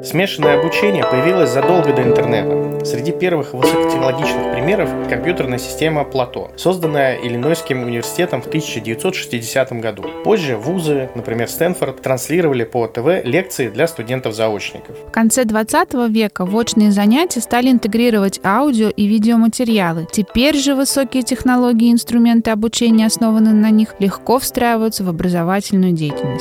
Смешанное обучение появилось задолго до интернета. Среди первых высокотехнологичных примеров – компьютерная система Плато, созданная Иллинойским университетом в 1960 году. Позже вузы, например, Стэнфорд, транслировали по ТВ лекции для студентов-заочников. В конце 20 века в очные занятия стали интегрировать аудио и видеоматериалы. Теперь же высокие технологии и инструменты обучения, основанные на них, легко встраиваются в образовательную деятельность.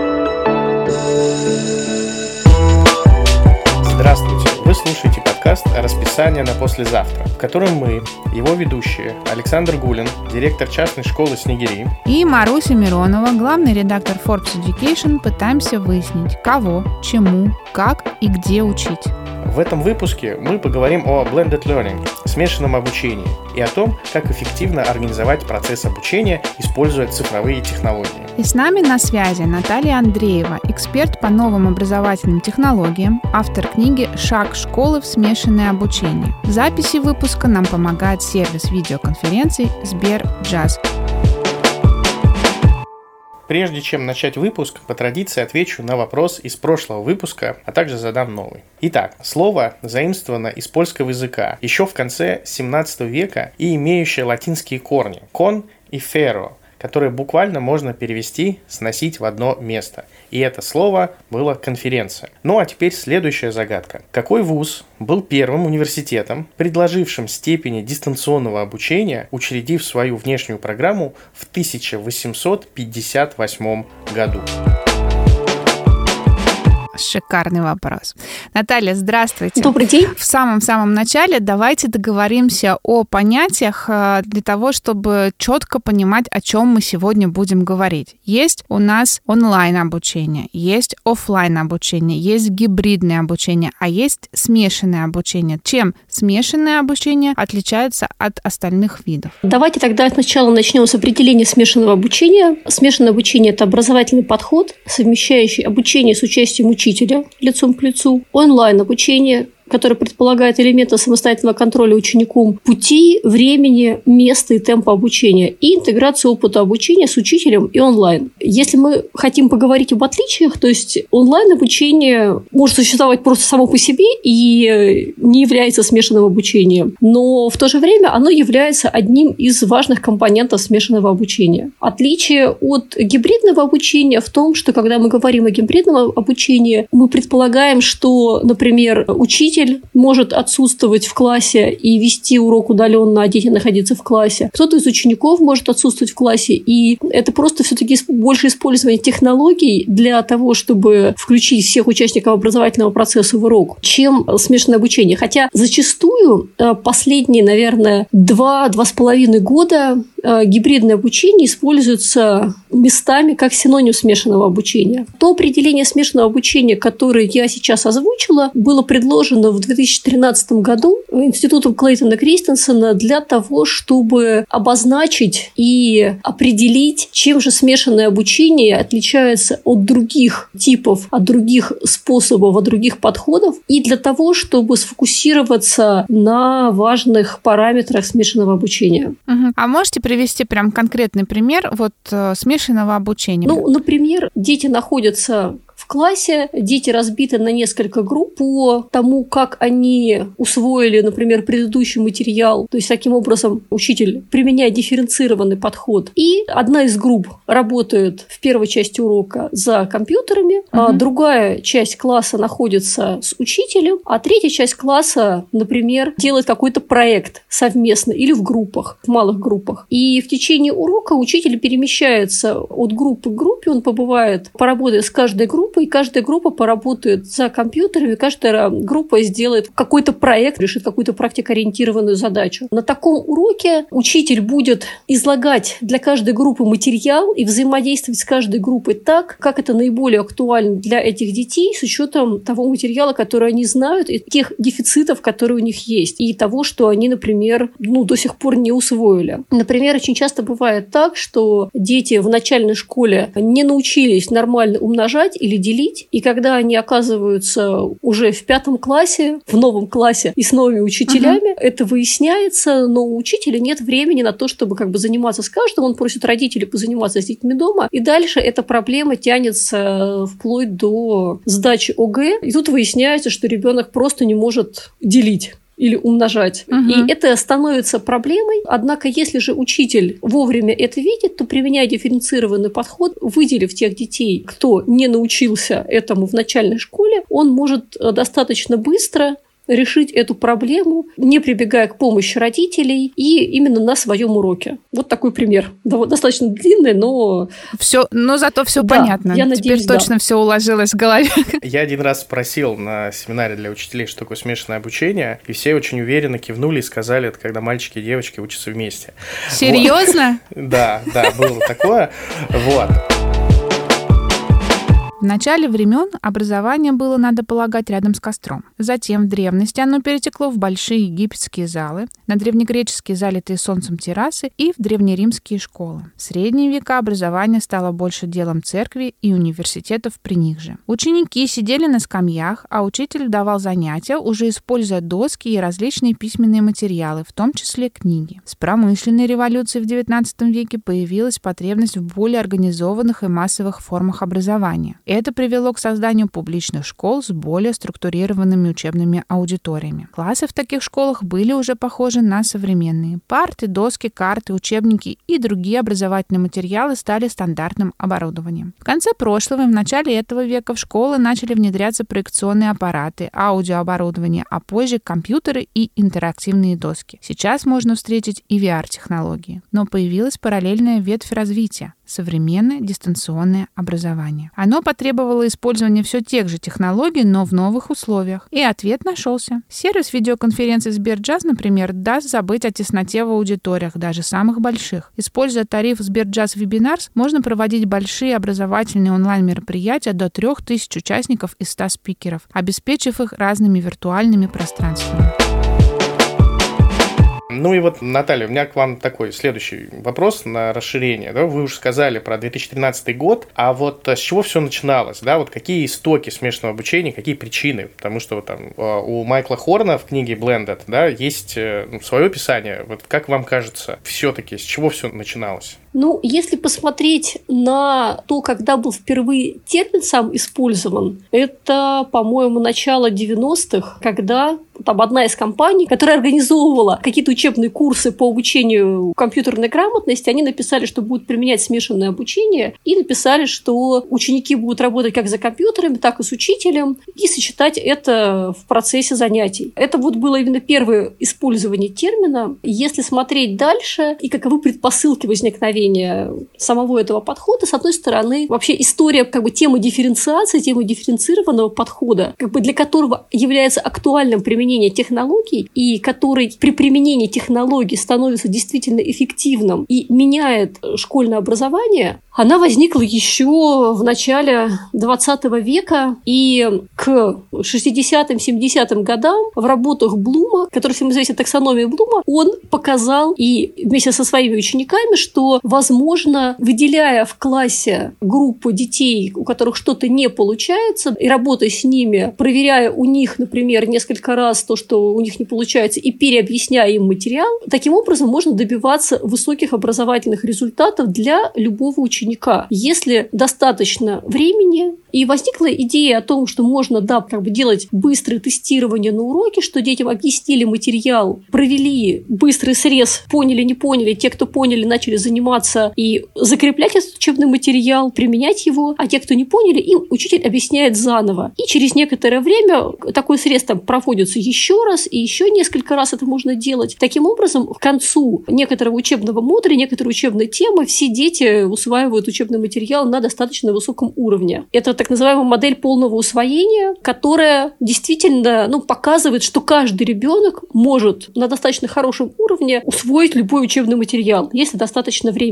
Здравствуйте! Вы слушаете подкаст «Расписание на послезавтра», в котором мы, его ведущие, Александр Гулин, директор частной школы «Снегири», и Маруся Миронова, главный редактор Forbes Education, пытаемся выяснить, кого, чему, как и где учить. В этом выпуске мы поговорим о blended learning, смешанном обучении, и о том, как эффективно организовать процесс обучения, используя цифровые технологии. И с нами на связи Наталья Андреева, эксперт по новым образовательным технологиям, автор книги «Шаг школы в смешанное обучение». В записи выпуска нам помогает сервис видеоконференций Сбер-Джаз. Прежде чем начать выпуск, по традиции отвечу на вопрос из прошлого выпуска, а также задам новый. Итак, слово заимствовано из польского языка еще в конце 17 века и имеющее латинские корни «кон» и «феро», которые буквально можно перевести «сносить в одно место». И это слово было «конференция». Ну а теперь следующая загадка. Какой вуз был первым университетом, предложившим степени дистанционного обучения, учредив свою внешнюю программу в 1858 году? Шикарный вопрос. Наталья, здравствуйте. Добрый день. В самом-самом начале давайте договоримся о понятиях для того, чтобы четко понимать, о чем мы сегодня будем говорить. Есть у нас онлайн-обучение, есть офлайн-обучение, есть гибридное обучение, а есть смешанное обучение. Чем смешанное обучение отличается от остальных видов? Давайте тогда сначала начнем с определения смешанного обучения. Смешанное обучение – это образовательный подход, совмещающий обучение с участием учителя лицом к лицу, онлайн-обучение, которое предполагает элементы самостоятельного контроля учеником пути, времени, места и темпа обучения, и интеграцию опыта обучения с учителем и онлайн. Если мы хотим поговорить об отличиях, то есть онлайн-обучение может существовать просто само по себе и не является смешанным обучением, но в то же время оно является одним из важных компонентов смешанного обучения. Отличие от гибридного обучения в том, что когда мы говорим о гибридном обучении, мы предполагаем, что, например, учитель может отсутствовать в классе и вести урок удаленно, а дети находиться в классе. Кто-то из учеников может отсутствовать в классе, и это просто все-таки больше использование технологий для того, чтобы включить всех участников образовательного процесса в урок, чем смешанное обучение. Хотя зачастую последние, наверное, 2-2,5 года гибридное обучение используется местами как синоним смешанного обучения. То определение смешанного обучения, которое я сейчас озвучила, было предложено в 2013 году Институтом Клейтона Кристенсена для того, чтобы обозначить и определить, чем же смешанное обучение отличается от других типов, от других способов, от других подходов, и для того, чтобы сфокусироваться на важных параметрах смешанного обучения. А можете привести прям конкретный пример смешанного обучения? Например, дети находятся в классе, дети разбиты на несколько групп по тому, как они усвоили, например, предыдущий материал. То есть, таким образом, учитель применяет дифференцированный подход. И одна из групп работает в первой части урока за компьютерами, а другая часть класса находится с учителем, а третья часть класса, например, делает какой-то проект совместно или в группах, в малых группах. И в течение урока учитель перемещается от группы к группе, он поработает с каждой группой, и каждая группа поработает за компьютерами, каждая группа сделает какой-то проект, решит какую-то практикоориентированную задачу. На таком уроке учитель будет излагать для каждой группы материал и взаимодействовать с каждой группой так, как это наиболее актуально для этих детей, с учетом того материала, который они знают, и тех дефицитов, которые у них есть, и того, что они, например, до сих пор не усвоили. Например, очень часто бывает так, что дети в начальной школе не научились нормально умножать или делить делить. И когда они оказываются уже в 5 классе, в новом классе и с новыми учителями, это выясняется, но у учителя нет времени на то, чтобы заниматься с каждым. Он просит родителей позаниматься с детьми дома. И дальше эта проблема тянется вплоть до сдачи ОГЭ. И тут выясняется, что ребенок просто не может делить или умножать. И это становится проблемой. Однако, если же учитель вовремя это видит, то, применяя дифференцированный подход, выделив тех детей, кто не научился этому в начальной школе, он может достаточно быстро решить эту проблему, не прибегая к помощи родителей и именно на своем уроке. Вот такой пример. Достаточно длинный, но... Но зато все понятно. Я надеюсь, теперь точно все уложилось в голове. Я один раз спросил на семинаре для учителей, что такое смешанное обучение, и все очень уверенно кивнули и сказали, это когда мальчики и девочки учатся вместе. Серьезно? Да, было такое. Вот. В начале времен образование было, надо полагать, рядом с костром. Затем в древности оно перетекло в большие египетские залы, на древнегреческие залитые солнцем террасы и в древнеримские школы. В средние века образование стало больше делом церкви и университетов при них же. Ученики сидели на скамьях, а учитель давал занятия, уже используя доски и различные письменные материалы, в том числе книги. С промышленной революцией в XIX веке появилась потребность в более организованных и массовых формах образования. Это привело к созданию публичных школ с более структурированными учебными аудиториями. Классы в таких школах были уже похожи на современные. Парты, доски, карты, учебники и другие образовательные материалы стали стандартным оборудованием. В конце прошлого и в начале этого века в школы начали внедряться проекционные аппараты, аудиооборудование, а позже компьютеры и интерактивные доски. Сейчас можно встретить и VR-технологии. Но появилась параллельная ветвь развития – современное дистанционное образование. Оно потребовало использования все тех же технологий, но в новых условиях. И ответ нашелся. Сервис видеоконференций Сберджаз, например, даст забыть о тесноте в аудиториях, даже самых больших. Используя тариф Сберджаз Webinars, можно проводить большие образовательные онлайн-мероприятия до 3000 участников из 100 спикеров, обеспечив их разными виртуальными пространствами. Ну и вот, Наталья, у меня к вам такой следующий вопрос на расширение. Да? Вы уже сказали про 2013 год, а вот с чего все начиналось? Да? Вот какие истоки смешанного обучения, какие причины? Потому что вот там у Майкла Хорна в книге Blended, да, есть свое описание. Вот как вам кажется, все-таки с чего все начиналось? Ну, если посмотреть на то, когда был впервые термин сам использован, это, по-моему, начало 90-х, когда там одна из компаний, которая организовывала какие-то учебные курсы по обучению компьютерной грамотности, они написали, что будут применять смешанное обучение, и написали, что ученики будут работать как за компьютерами, так и с учителем, и сочетать это в процессе занятий. Это вот было именно первое использование термина. Если смотреть дальше, и каковы предпосылки возникновения самого этого подхода, с одной стороны, вообще история темы дифференциации, темы дифференцированного подхода, для которого является актуальным применение технологий, и который при применении технологий становится действительно эффективным и меняет школьное образование, она возникла еще в начале 20 века, и к 60-м, 70-м годам в работах Блума, который всем известен таксономия Блума, он показал и вместе со своими учениками, что возможно, выделяя в классе группу детей, у которых что-то не получается, и работая с ними, проверяя у них, например, несколько раз то, что у них не получается, и переобъясняя им материал, таким образом можно добиваться высоких образовательных результатов для любого ученика. Если достаточно времени, и возникла идея о том, что можно, делать быстрое тестирование на уроке, что детям объяснили материал, провели быстрый срез, поняли, не поняли, те, кто поняли, начали заниматься и закреплять этот учебный материал, применять его, а те, кто не поняли, им учитель объясняет заново. И через некоторое время такой срез проводится еще раз, и еще несколько раз это можно делать. Таким образом, к концу некоторого учебного модуля, некоторой учебной темы, все дети усваивают учебный материал на достаточно высоком уровне. Это так называемая модель полного усвоения, которая действительно показывает, что каждый ребенок может на достаточно хорошем уровне усвоить любой учебный материал, если достаточно времени.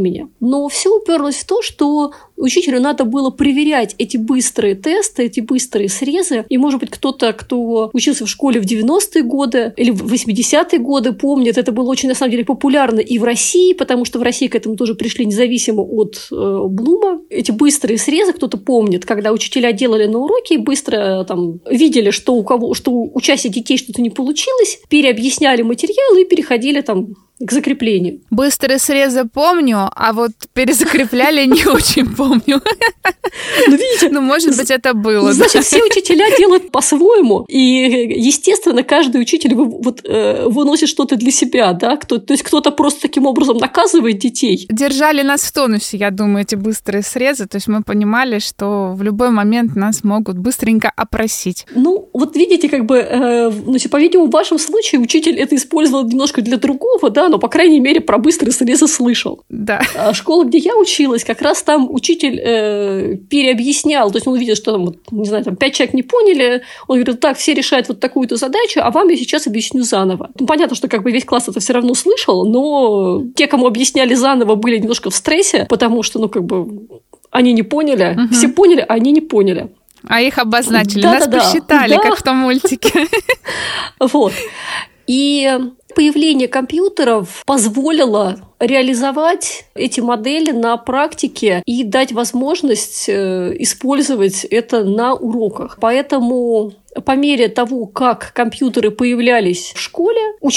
времени. Но все уперлось в то, что учителю надо было проверять эти быстрые тесты, эти быстрые срезы. И, может быть, кто-то, кто учился в школе в 90-е годы или в 80-е годы, помнит, это было очень, на самом деле, популярно и в России, потому что в России к этому тоже пришли независимо от Блума. Эти быстрые срезы кто-то помнит, когда учителя делали на уроке и быстро там видели, что у части детей что-то не получилось, переобъясняли материалы и переходили там к закреплению. Быстрые срезы помню, а вот перезакрепляли не очень помню. Ну, видите, может быть, это было. Значит, все учителя делают по-своему. И, естественно, каждый учитель выносит что-то для себя, да? То есть кто-то просто таким образом наказывает детей. Держали нас в тонусе, я думаю, эти быстрые срезы. То есть мы понимали, что в любой момент нас могут быстренько опросить. Ну, вот видите, по-видимому, в вашем случае учитель это использовал немножко для другого, да, но, по крайней мере, про быстрые срезы слышал. Да. А школа, где я училась, как раз там учитель переобъяснял. То есть он увидел, что там, 5 человек не поняли. Он говорит, так, все решают вот такую-то задачу, а вам я сейчас объясню заново. Ну, понятно, что весь класс это все равно слышал, но те, кому объясняли заново, были немножко в стрессе, потому что, они не поняли. Угу. Все поняли, а они не поняли. А их обозначили, нас посчитали, как в том мультике. Вот. И появление компьютеров позволило реализовать эти модели на практике и дать возможность использовать это на уроках. Поэтому по мере того, как компьютеры появлялись в школе,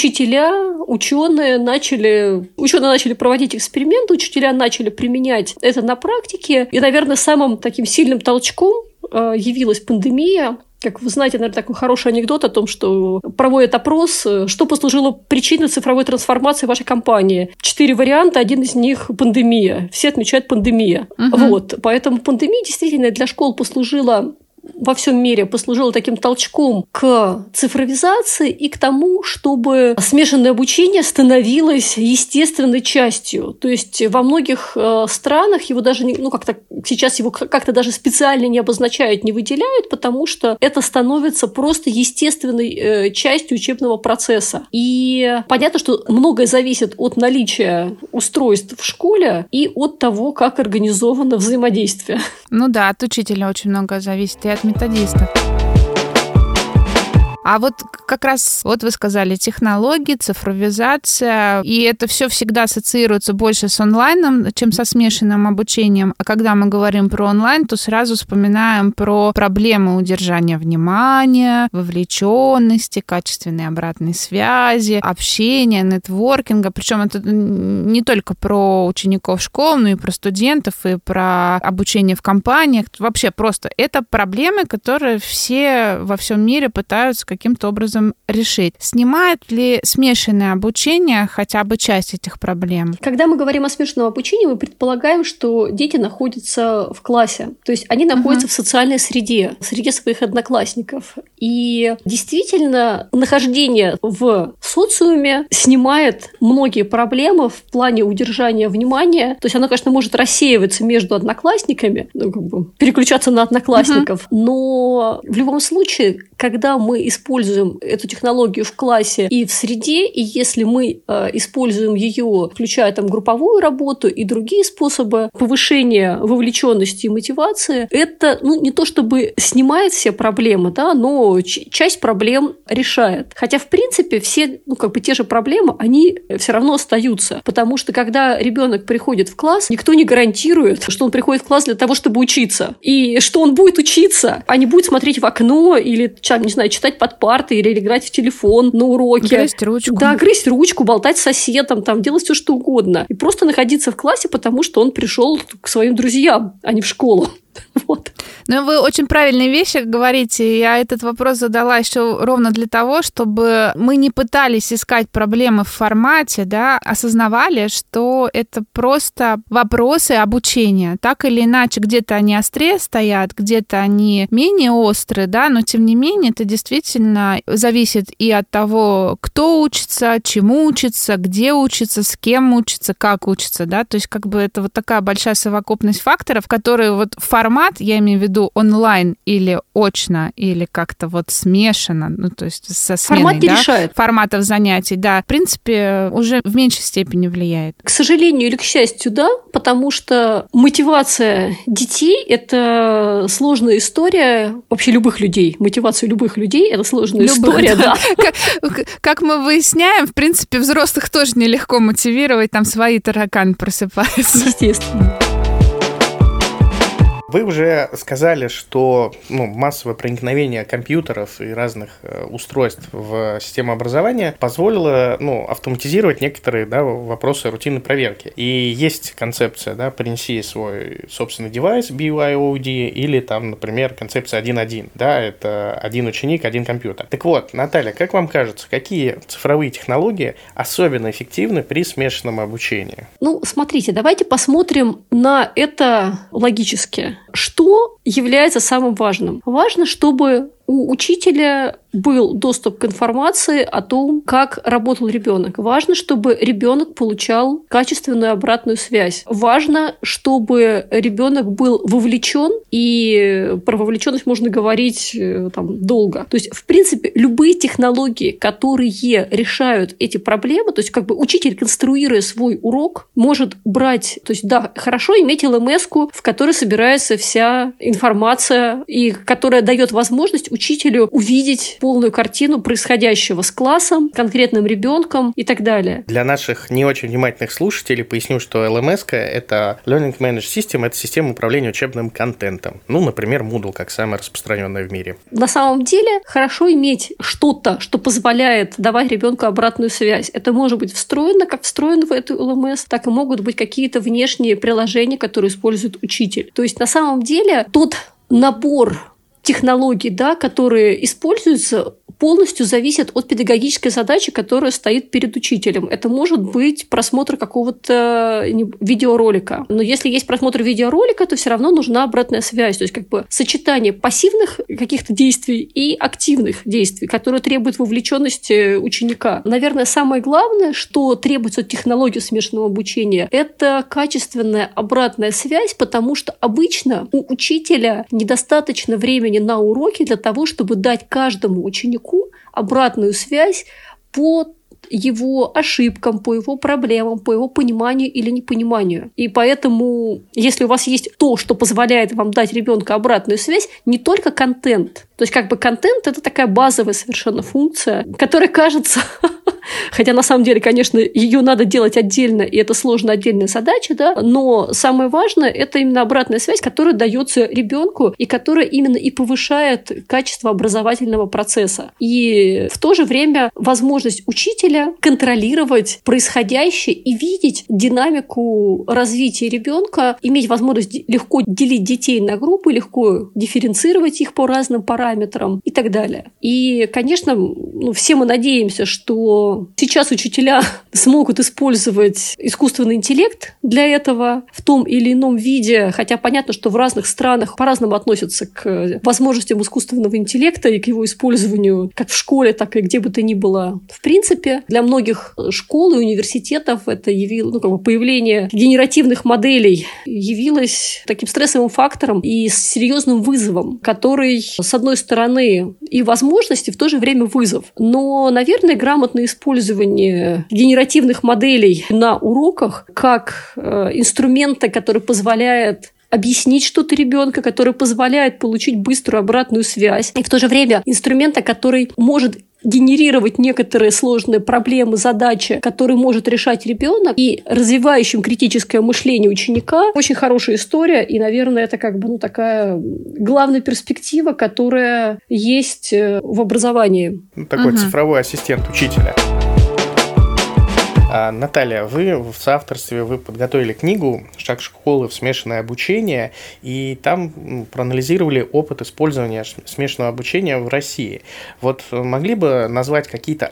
ученые начали проводить эксперименты, учителя начали применять это на практике. И, наверное, самым таким сильным толчком явилась пандемия. Как вы знаете, наверное, такой хороший анекдот о том, что проводят опрос, что послужило причиной цифровой трансформации вашей компании. 4 варианта, один из них – пандемия. Все отмечают пандемия. Вот. Поэтому пандемия действительно для школ во всем мире послужила таким толчком к цифровизации и к тому, чтобы смешанное обучение становилось естественной частью. То есть во многих странах его даже сейчас его как-то даже специально не обозначают, не выделяют, потому что это становится просто естественной частью учебного процесса. И понятно, что многое зависит от наличия устройств в школе и от того, как организовано взаимодействие. Ну да, от учителя очень много зависит и от методистов. А вот как раз, вы сказали, технологии, цифровизация, и это все всегда ассоциируется больше с онлайном, чем со смешанным обучением. А когда мы говорим про онлайн, то сразу вспоминаем про проблемы удержания внимания, вовлеченности, качественной обратной связи, общения, нетворкинга. Причем это не только про учеников школ, но и про студентов, и про обучение в компаниях. Вообще просто это проблемы, которые все во всем мире пытаются каким-то образом решить. Снимает ли смешанное обучение хотя бы часть этих проблем? Когда мы говорим о смешанном обучении, мы предполагаем, что дети находятся в классе. То есть они находятся в социальной среде, среде своих одноклассников. И действительно, нахождение в социуме снимает многие проблемы в плане удержания внимания. То есть оно, конечно, может рассеиваться между одноклассниками, переключаться на одноклассников. Но в любом случае, когда мы используем эту технологию в классе и в среде, и если мы используем ее, включая групповую работу и другие способы повышения вовлеченности и мотивации, это не то чтобы снимает все проблемы, да, но часть проблем решает. Хотя, в принципе, все те же проблемы, они все равно остаются. Потому что, когда ребенок приходит в класс, никто не гарантирует, что он приходит в класс для того, чтобы учиться. И что он будет учиться, а не будет смотреть в окно или, не знаю, читать под партой или играть в телефон на уроке. Грызть ручку. Да, грызть ручку, болтать с соседом, делать все что угодно. И просто находиться в классе, потому что он пришел к своим друзьям, а не в школу. Вот. Ну, вы очень правильные вещи говорите. Я этот вопрос задала еще ровно для того, чтобы мы не пытались искать проблемы в формате, да, осознавали, что это просто вопросы обучения. Так или иначе, где-то они острее стоят, где-то они менее острые, да, но тем не менее это действительно зависит и от того, кто учится, чему учится, где учится, с кем учится, как учится, да, то есть это такая большая совокупность факторов, которые в формате формат, я имею в виду онлайн или очно, или как-то вот смешано, ну, то есть со сменой, формат не решает. Форматов занятий, да, в принципе, уже в меньшей степени влияет. К сожалению или к счастью, да, потому что мотивация детей – это сложная история вообще любых людей. Мотивация любых людей – это сложная история, да. Как мы выясняем, в принципе, взрослых тоже нелегко мотивировать, там свои тараканы просыпаются. Естественно. Вы уже сказали, что массовое проникновение компьютеров и разных устройств в систему образования позволило автоматизировать некоторые вопросы рутинной проверки. И есть концепция, принеси свой собственный девайс, BYOD, или там, например, концепция 1.1. Это один ученик, один компьютер. Так вот, Наталья, как вам кажется, какие цифровые технологии особенно эффективны при смешанном обучении? Смотрите, давайте посмотрим на это логически. Что является самым важным? Важно, чтобы у учителя был доступ к информации о том, как работал ребенок. Важно, чтобы ребенок получал качественную обратную связь. Важно, чтобы ребенок был вовлечен, и про вовлеченность можно говорить долго. То есть, в принципе, любые технологии, которые решают эти проблемы, то есть, учитель, конструируя свой урок, может брать, то есть, хорошо иметь ЛМС-ку, в которой собирается вся информация, и которая дает возможность учителю увидеть полную картину происходящего с классом, конкретным ребенком и так далее. Для наших не очень внимательных слушателей поясню, что LMS – это Learning Management System, это система управления учебным контентом. Например, Moodle, как самая распространенная в мире. На самом деле, хорошо иметь что-то, что позволяет давать ребенку обратную связь. Это может быть встроено в эту LMS, так и могут быть какие-то внешние приложения, которые использует учитель. То есть, на самом деле, тот набор технологий, которые используются, полностью зависят от педагогической задачи, которая стоит перед учителем. Это может быть просмотр какого-то видеоролика. Но если есть просмотр видеоролика, то все равно нужна обратная связь. То есть сочетание пассивных каких-то действий и активных действий, которые требуют вовлеченности ученика. Наверное, самое главное, что требуется от технологии смешанного обучения, это качественная обратная связь, потому что обычно у учителя недостаточно времени на уроке для того, чтобы дать каждому ученику обратную связь по его ошибкам, по его проблемам, по его пониманию или непониманию. И поэтому, если у вас есть то, что позволяет вам дать ребенку обратную связь, не только контент. То есть контент – это такая базовая совершенно функция, которая кажется... Хотя на самом деле, конечно, ее надо делать отдельно, и это сложная отдельная задача, но самое важное – это именно обратная связь, которая дается ребенку и которая именно и повышает качество образовательного процесса. И в то же время возможность учителя контролировать происходящее и видеть динамику развития ребенка, иметь возможность легко делить детей на группы, легко дифференцировать их по разным параметрам и так далее. И, конечно, все мы надеемся, что сейчас учителя смогут использовать искусственный интеллект для этого в том или ином виде, хотя понятно, что в разных странах по-разному относятся к возможностям искусственного интеллекта и к его использованию как в школе, так и где бы то ни было. В принципе, для многих школ и университетов это появление генеративных моделей явилось таким стрессовым фактором и серьезным вызовом, который, с одной стороны, и возможности, в то же время вызов. Но, наверное, грамотное использование генеративных моделей на уроках как инструмента, который позволяет объяснить что-то ребенку, который позволяет получить быструю обратную связь, и в то же время инструмента, который может генерировать некоторые сложные проблемы, задачи, которые может решать ребенок, и развивающим критическое мышление ученика. Очень хорошая история, и, наверное, это такая главная перспектива, которая есть в образовании. Такой цифровой ассистент учителя. Наталья, вы в соавторстве подготовили книгу «Шаг школы в смешанное обучение», и там проанализировали опыт использования смешанного обучения в России. Могли бы назвать какие-то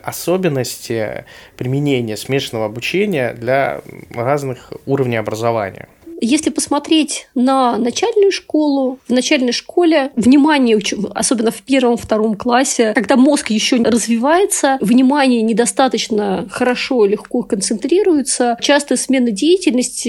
особенности применения смешанного обучения для разных уровней образования? если посмотреть на начальную школу, в начальной школе внимание, особенно в 1-2 классе, когда мозг еще развивается, внимание недостаточно хорошо, легко концентрируется, частая смена деятельности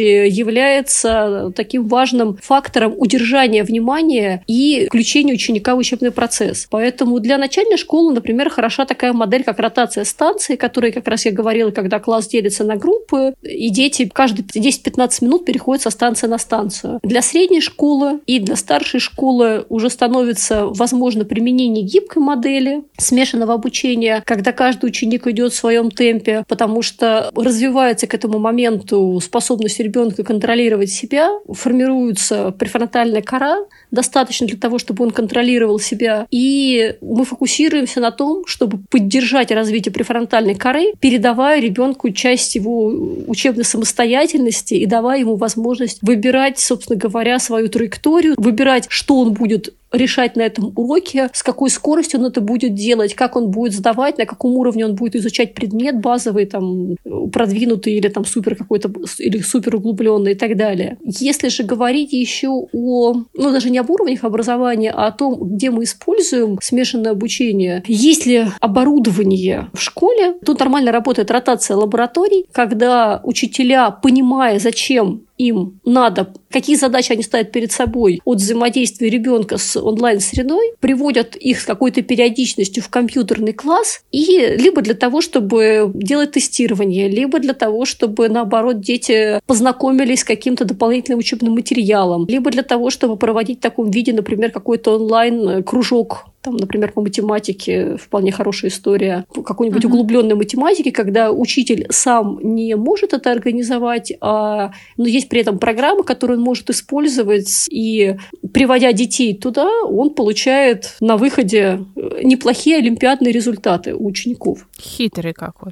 является таким важным фактором удержания внимания и включения ученика в учебный процесс. Поэтому для начальной школы, например, хороша такая модель, как ротация станций, о которой как раз я говорила, когда класс делится на группы, и дети каждые 10-15 минут переходят со станции на станцию. Для средней школы и для старшей школы уже становится возможно применение гибкой модели смешанного обучения, когда каждый ученик идет в своем темпе, потому что развивается к этому моменту способность ребенка контролировать себя, формируется префронтальная кора, достаточно для того, чтобы он контролировал себя, и мы фокусируемся на том, чтобы поддержать развитие префронтальной коры, передавая ребенку часть его учебной самостоятельности и давая ему возможность выбирать, собственно говоря, свою траекторию, выбирать, что он будет решать на этом уроке, с какой скоростью он это будет делать, как он будет сдавать, на каком уровне он будет изучать предмет базовый, там, продвинутый или там супер какой-то, или супер углубленный и так далее. Если же говорить еще даже не об уровнях образования, а о том, где мы используем смешанное обучение, есть ли оборудование в школе, тут нормально работает ротация лабораторий, когда учителя, понимая, зачем им надо, какие задачи они ставят перед собой от взаимодействия ребенка с онлайн-средой, приводят их с какой-то периодичностью в компьютерный класс, и либо для того, чтобы делать тестирование, либо для того, чтобы, наоборот, дети познакомились с каким-то дополнительным учебным материалом, либо для того, чтобы проводить в таком виде, например, какой-то онлайн-кружок, там, например, по математике, вполне хорошая история, какой-нибудь углубленной математики, когда учитель сам не может это организовать, но есть при этом программа, которую он может использовать, и приводя детей туда, он получает на выходе неплохие олимпиадные результаты у учеников. Хитрый какой.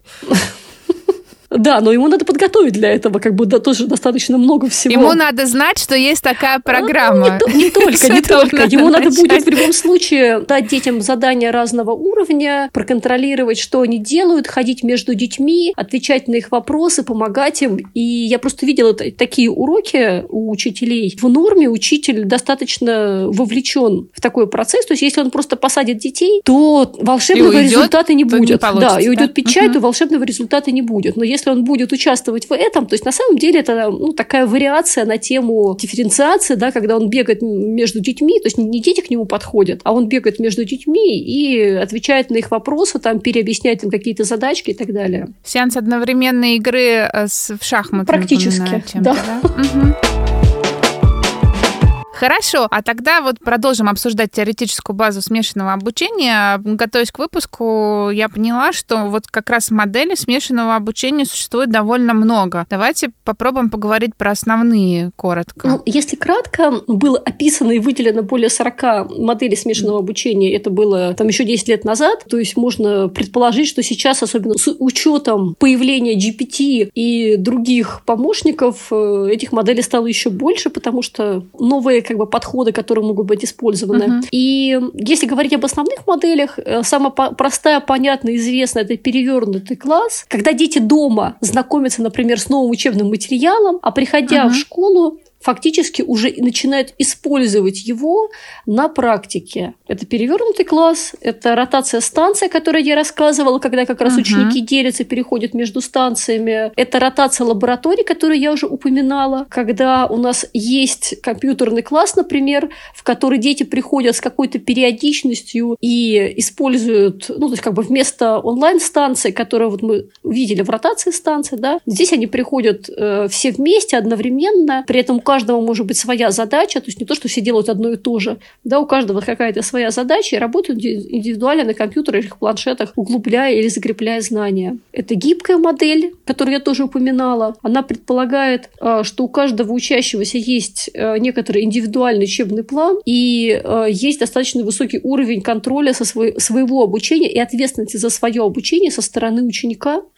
Да, но ему надо подготовить для этого, тоже достаточно много всего. Ему надо знать, что есть такая программа. Не только. Ему надо будет в любом случае дать детям задания разного уровня, проконтролировать, что они делают, ходить между детьми, отвечать на их вопросы, помогать им. И я просто видела такие уроки у учителей. В норме учитель достаточно вовлечен в такой процесс. То есть, если он просто посадит детей, то волшебного результата не будет. Да, и уйдет пить чай, то волшебного результата не будет. Но если он будет участвовать в этом, то есть на самом деле это такая вариация на тему дифференциации, да, когда он бегает между детьми, то есть не дети к нему подходят, а он бегает между детьми и отвечает на их вопросы, там, переобъясняет им какие-то задачки и так далее. Сеанс одновременной игры в шахматы. Практически, да. Хорошо, а тогда продолжим обсуждать теоретическую базу смешанного обучения. Готовясь к выпуску, я поняла, что как раз моделей смешанного обучения существует довольно много. Давайте попробуем поговорить про основные коротко. Если кратко, было описано и выделено более 40 моделей смешанного обучения. Это было еще 10 лет назад. То есть можно предположить, что сейчас, особенно с учетом появления GPT и других помощников, этих моделей стало еще больше, потому что новые подходы, которые могут быть использованы. И если говорить об основных моделях, самая простая, понятная, известная — это перевернутый класс, когда дети дома знакомятся, например, с новым учебным материалом, а приходя в школу, фактически уже начинают использовать его на практике. Это перевернутый класс, это ротация станций, о которой я рассказывала, когда как раз ученики делятся, переходят между станциями. Это ротация лабораторий, которую я уже упоминала, когда у нас есть компьютерный класс, например, в который дети приходят с какой-то периодичностью и используют, то есть вместо онлайн-станции, которую мы видели в ротации станций, да, здесь они приходят все вместе одновременно, при этом у каждого может быть своя задача, то есть не то, что все делают одно и то же, да, у каждого какая-то своя задача, и работают индивидуально на компьютерах или планшетах, углубляя или закрепляя знания. Это гибкая модель, которую я тоже упоминала. Она предполагает, что у каждого учащегося есть некоторый индивидуальный учебный план и есть достаточно высокий уровень контроля своего обучения и ответственности за свое обучение со стороны ученика.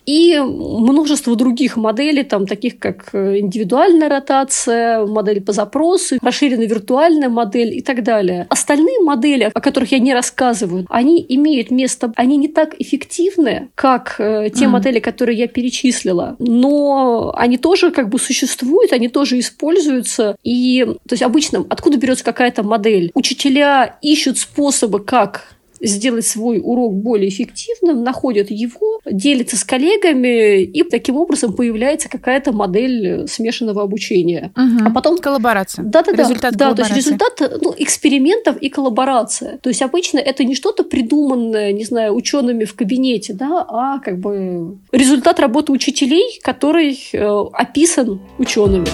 и множество других моделей, там, таких как индивидуальная ротация, модель по запросу, расширенная виртуальная модель и так далее. Остальные модели, о которых я не рассказываю, они имеют место, они не так эффективны, как те модели, которые я перечислила, но они тоже как бы существуют, они тоже используются. И, то есть, обычно откуда берется какая-то модель? Учителя ищут способы, как сделать свой урок более эффективным, находят его, делятся с коллегами, и таким образом появляется какая-то модель смешанного обучения. А потом коллаборация. Результат коллаборации. То есть результат экспериментов и коллаборация. То есть обычно это не что-то придуманное, не знаю, учеными в кабинете, да, а как бы результат работы учителей, который описан учеными.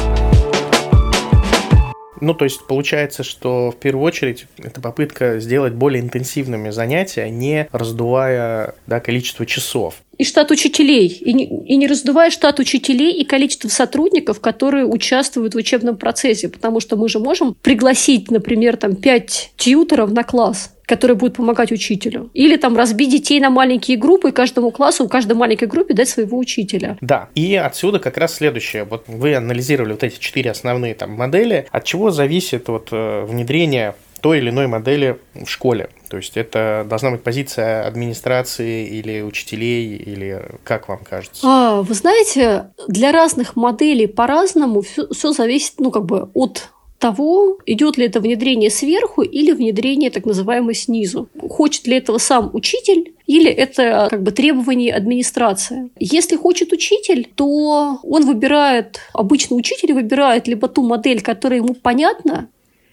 Ну, то есть, получается, что в первую очередь это попытка сделать более интенсивными занятия, не раздувая, да, количество часов. И штат учителей, и не раздувая штат учителей и количество сотрудников, которые участвуют в учебном процессе, потому что мы же можем пригласить, например, 5 тьюторов на класс, которые будут помогать учителю. Или разбить детей на маленькие группы, и каждому классу, каждой маленькой группе дать своего учителя. Да, и отсюда как раз следующее. Вот вы анализировали вот эти 4 основные модели. От чего зависит внедрение той или иной модели в школе? То есть это должна быть позиция администрации или учителей, или как вам кажется? Вы знаете, для разных моделей по-разному все зависит, от того, идет ли это внедрение сверху или внедрение так называемое снизу. Хочет ли этого сам учитель или это требование администрации. Если хочет учитель, то он выбирает, обычно учитель выбирает либо ту модель, которая ему понятна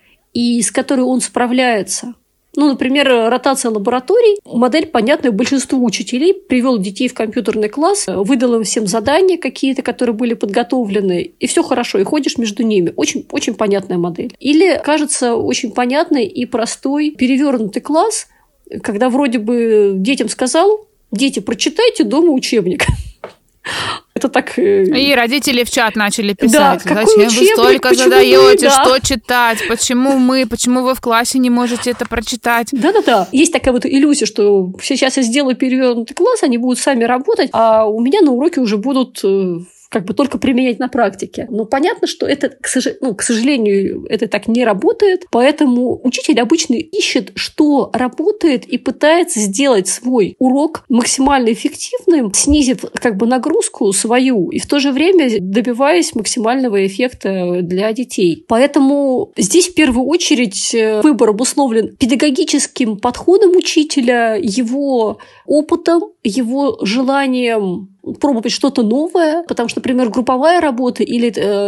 и с которой он справляется. Например, ротация лабораторий. Модель понятная большинству учителей. Привел детей в компьютерный класс, выдал им всем задания какие-то, которые были подготовлены, и все хорошо, и ходишь между ними. Очень, очень понятная модель. Или кажется очень понятной и простой перевернутый класс, когда вроде бы детям сказал: дети, прочитайте дома учебник. Это так... И родители в чат начали писать. Да, зачем вы столько задаете, да. Что читать, почему вы в классе не можете это прочитать? Да. Есть такая иллюзия, что сейчас я сделаю перевернутый класс, они будут сами работать, а у меня на уроке уже будут только применять на практике. Но понятно, что это, к сожалению, это так не работает, поэтому учитель обычно ищет, что работает, и пытается сделать свой урок максимально эффективным, снизив нагрузку свою, и в то же время добиваясь максимального эффекта для детей. Поэтому здесь в первую очередь выбор обусловлен педагогическим подходом учителя, его опытом, его желанием пробовать что-то новое, потому что, например, групповая работа или,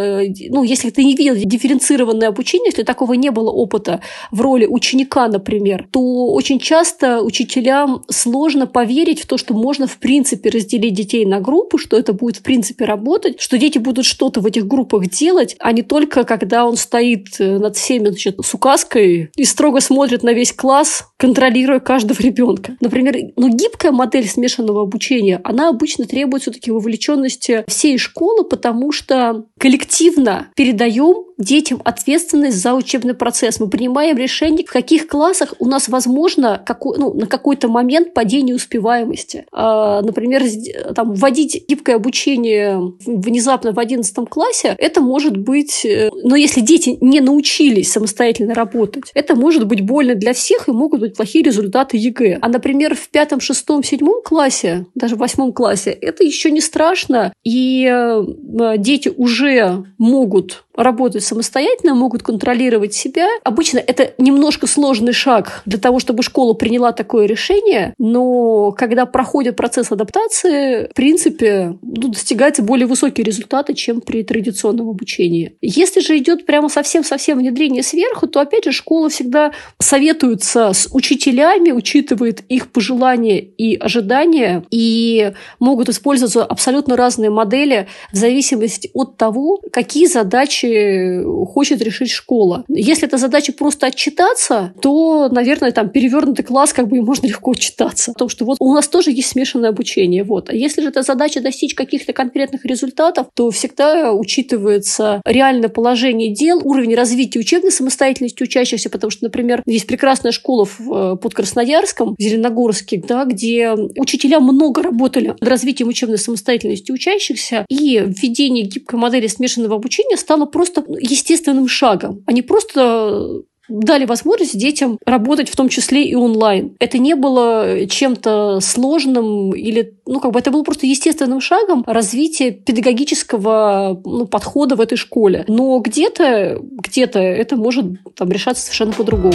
если ты не видел дифференцированное обучение, если такого не было опыта в роли ученика, например, то очень часто учителям сложно поверить в то, что можно в принципе разделить детей на группы, что это будет в принципе работать, что дети будут что-то в этих группах делать, а не только когда он стоит над всеми, с указкой и строго смотрит на весь класс, контролируя каждого ребенка. Например, гибкая модель смешанного обучения, она обычно требует все-таки вовлеченности всей школы, потому что коллективно передаем детям ответственность за учебный процесс. Мы принимаем решение, в каких классах у нас возможно на какой-то момент падение успеваемости. Например, вводить гибкое обучение внезапно в 11 классе, это может быть, но если дети не научились самостоятельно работать, это может быть больно для всех и могут быть плохие результаты ЕГЭ. А, например, в 5, 6, 7 классе, даже в 8 классе, это еще не страшно, и дети уже могут работать самостоятельно, могут контролировать себя. Обычно это немножко сложный шаг для того, чтобы школа приняла такое решение, но когда проходит процесс адаптации, в принципе, достигаются более высокие результаты, чем при традиционном обучении. Если же идет прямо совсем-совсем внедрение сверху, то, опять же, школа всегда советуется с учителями, учитывает их пожелания и ожидания, и могут использоваться абсолютно разные модели в зависимости от того, какие задачи которые хочет решить школа. Если эта задача просто отчитаться, то, наверное, там перевернутый класс, как бы и можно легко отчитаться. Потому что вот у нас тоже есть смешанное обучение. Вот. А если же эта задача достичь каких-то конкретных результатов, то всегда учитывается реальное положение дел, уровень развития учебной самостоятельности учащихся, потому что, например, есть прекрасная школа под Красноярском, в Зеленогорске, да, где учителя много работали над развитием учебной самостоятельности учащихся, и введение гибкой модели смешанного обучения стало просто естественным шагом. Они просто дали возможность детям работать в том числе и онлайн. Это не было чем-то сложным или, это было просто естественным шагом развития педагогического подхода в этой школе. Но где-то это может решаться совершенно по-другому.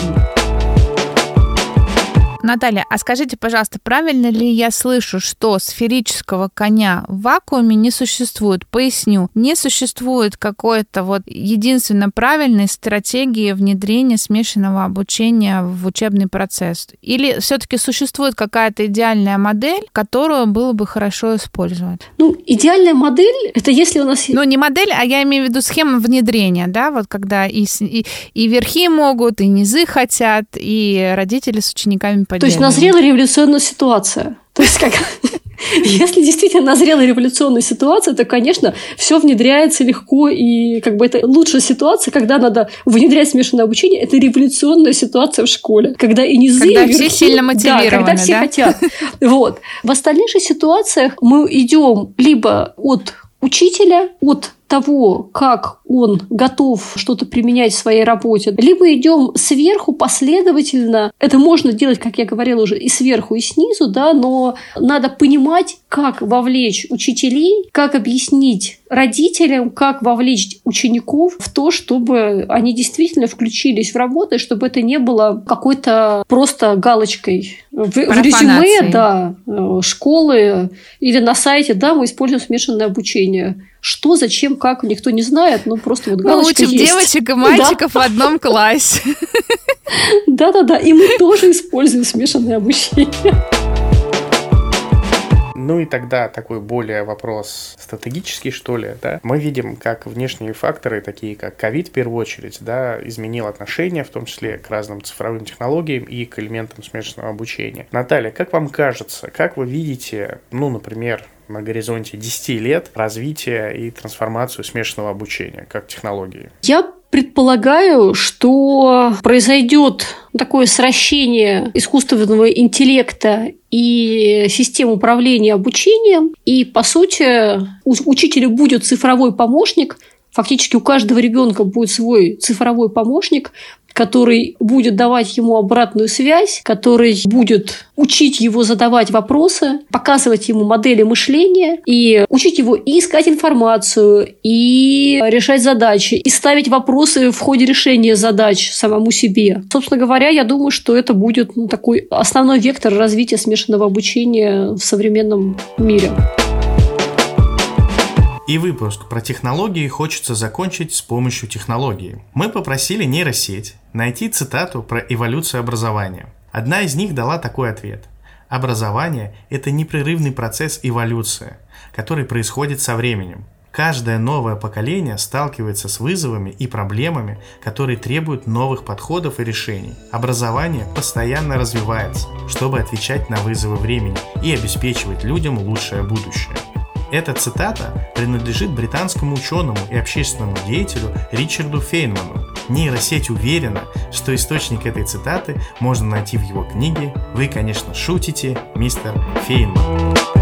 Наталья, а скажите, пожалуйста, правильно ли я слышу, что сферического коня в вакууме не существует? Поясню. Не существует какой-то единственно правильной стратегии внедрения смешанного обучения в учебный процесс? Или все-таки существует какая-то идеальная модель, которую было бы хорошо использовать? Идеальная модель – это если у нас… не модель, а я имею в виду схему внедрения, да, когда и верхи могут, и низы хотят, и родители с учениками поделятся. То есть назрела революционная ситуация. То есть если действительно назрела революционная ситуация, то, конечно, все внедряется легко, и это лучшая ситуация, когда надо внедрять смешанное обучение, это революционная ситуация в школе, когда и низы, когда и верхи, все сильно мотивированы, когда все хотят. Вот. В остальных же ситуациях мы идем либо от учителя, от того, как он готов что-то применять в своей работе, либо идем сверху последовательно. Это можно делать, как я говорила уже, и сверху, и снизу, да, но надо понимать, как вовлечь учителей, как объяснить родителям, как вовлечь учеников в то, чтобы они действительно включились в работу, и чтобы это не было какой-то просто галочкой в резюме, да, школы или на сайте, да, мы используем смешанное обучение. Что, зачем, как, никто не знает, просто галочка есть. Мы учим девочек и мальчиков в одном классе. Да-да-да, и мы тоже используем смешанное обучение. И тогда такой более вопрос стратегический, что ли, да. Мы видим, как внешние факторы, такие как ковид в первую очередь, да, изменил отношение, в том числе к разным цифровым технологиям и к элементам смешанного обучения. Наталья, как вам кажется, как вы видите, например, на горизонте 10 лет развития и трансформацию смешанного обучения как технологии? Я предполагаю, что произойдет такое сращение искусственного интеллекта и систем управления обучением, и, по сути, у учителя будет цифровой помощник. Фактически у каждого ребенка будет свой цифровой помощник, который будет давать ему обратную связь, который будет учить его задавать вопросы, показывать ему модели мышления и учить его и искать информацию, и решать задачи, и ставить вопросы в ходе решения задач самому себе. Собственно говоря, я думаю, что это будет такой основной вектор развития смешанного обучения в современном мире. И выпуск про технологии хочется закончить с помощью технологии. Мы попросили нейросеть найти цитату про эволюцию образования. Одна из них дала такой ответ. Образование – это непрерывный процесс эволюции, который происходит со временем. Каждое новое поколение сталкивается с вызовами и проблемами, которые требуют новых подходов и решений. Образование постоянно развивается, чтобы отвечать на вызовы времени и обеспечивать людям лучшее будущее. Эта цитата принадлежит британскому ученому и общественному деятелю Ричарду Фейнману. Нейросеть уверена, что источник этой цитаты можно найти в его книге «Вы, конечно, шутите, мистер Фейнман».